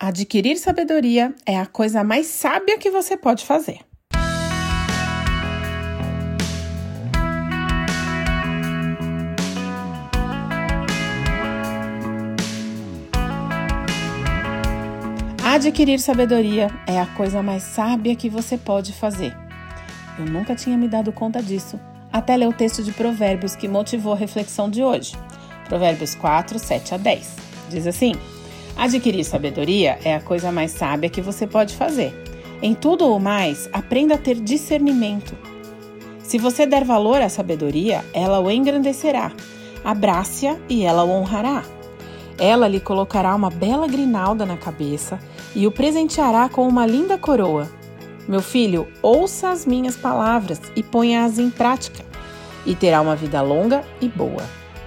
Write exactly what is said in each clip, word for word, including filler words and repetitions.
Adquirir sabedoria é a coisa mais sábia que você pode fazer. Adquirir sabedoria é a coisa mais sábia que você pode fazer. Eu nunca tinha me dado conta disso, até ler o texto de Provérbios que motivou a reflexão de hoje. Provérbios quatro, sete a dez. Diz assim: adquirir sabedoria é a coisa mais sábia que você pode fazer. Em tudo o mais, aprenda a ter discernimento. Se você der valor à sabedoria, ela o engrandecerá. Abrace-a e ela o honrará. Ela lhe colocará uma bela grinalda na cabeça e o presenteará com uma linda coroa. Meu filho, ouça as minhas palavras e ponha-as em prática, e terá uma vida longa e boa.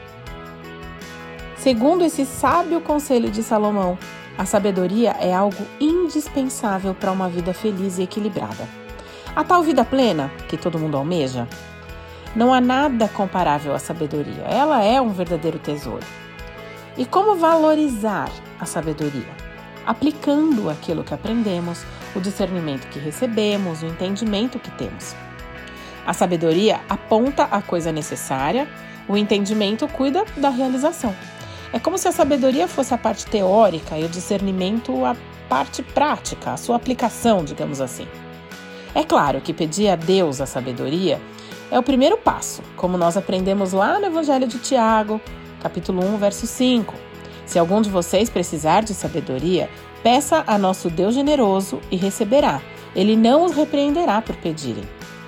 Segundo esse sábio conselho de Salomão, a sabedoria é algo indispensável para uma vida feliz e equilibrada. A tal vida plena, que todo mundo almeja, não há nada comparável à sabedoria. Ela é um verdadeiro tesouro. E como valorizar a sabedoria? Aplicando aquilo que aprendemos, o discernimento que recebemos, o entendimento que temos. A sabedoria aponta a coisa necessária, o entendimento cuida da realização. É como se a sabedoria fosse a parte teórica e o discernimento a parte prática, a sua aplicação, digamos assim. É claro que pedir a Deus a sabedoria é o primeiro passo, como nós aprendemos lá no Evangelho de Tiago, capítulo um, verso cinco. Se algum de vocês precisar de sabedoria, peça a nosso Deus generoso e receberá. Ele não os repreenderá por pedirem.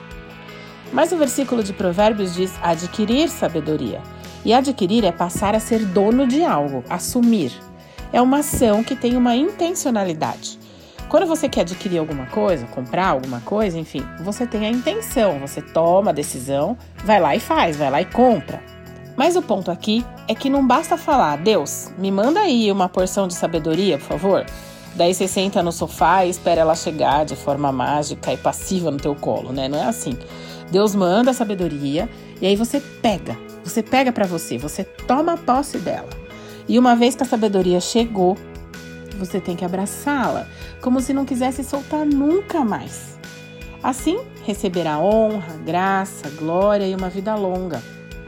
Mas o versículo de Provérbios diz adquirir sabedoria. E adquirir é passar a ser dono de algo, assumir. É uma ação que tem uma intencionalidade. Quando você quer adquirir alguma coisa, comprar alguma coisa, enfim, você tem a intenção, você toma a decisão, vai lá e faz, vai lá e compra. Mas o ponto aqui é que não basta falar, Deus, me manda aí uma porção de sabedoria, por favor. Daí você senta no sofá e espera ela chegar de forma mágica e passiva no teu colo, né? Não é assim. Deus manda a sabedoria e aí você pega. Você pega para você, você toma posse dela. E uma vez que a sabedoria chegou, você tem que abraçá-la, como se não quisesse soltar nunca mais. Assim, receberá honra, graça, glória e uma vida longa.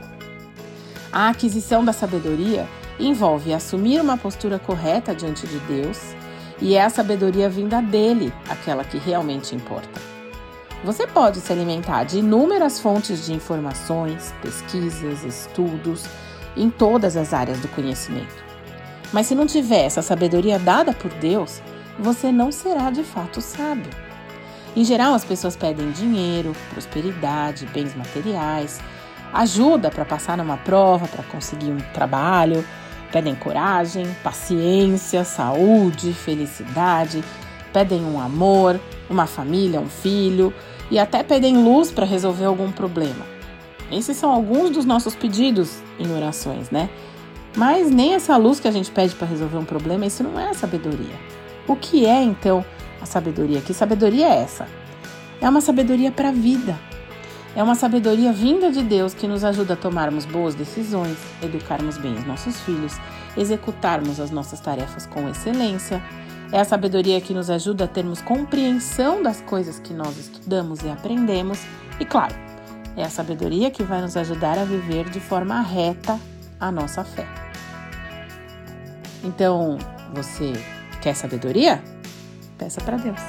A aquisição da sabedoria envolve assumir uma postura correta diante de Deus, e é a sabedoria vinda dele aquela que realmente importa. Você pode se alimentar de inúmeras fontes de informações, pesquisas, estudos, em todas as áreas do conhecimento. Mas se não tiver essa sabedoria dada por Deus, você não será de fato sábio. Em geral, as pessoas pedem dinheiro, prosperidade, bens materiais, ajuda para passar numa prova, para conseguir um trabalho, pedem coragem, paciência, saúde, felicidade, pedem um amor, uma família, um filho e até pedem luz para resolver algum problema. Esses são alguns dos nossos pedidos em orações, né? Mas nem essa luz que a gente pede para resolver um problema, isso não é sabedoria. O que é, então, a sabedoria? Que sabedoria é essa? É uma sabedoria para a vida. É uma sabedoria vinda de Deus que nos ajuda a tomarmos boas decisões, educarmos bem os nossos filhos, executarmos as nossas tarefas com excelência. É a sabedoria que nos ajuda a termos compreensão das coisas que nós estudamos e aprendemos. E, claro, é a sabedoria que vai nos ajudar a viver de forma reta a nossa fé. Então, você quer sabedoria? Peça para Deus.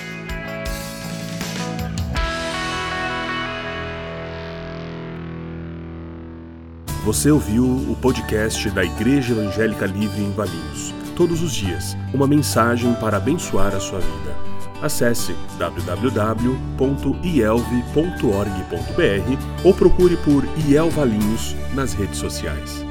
Você ouviu o podcast da Igreja Evangélica Livre em Valinhos. Todos os dias, uma mensagem para abençoar a sua vida. Acesse w w w ponto i e l v ponto org ponto b r ou procure por I E L Valinhos nas redes sociais.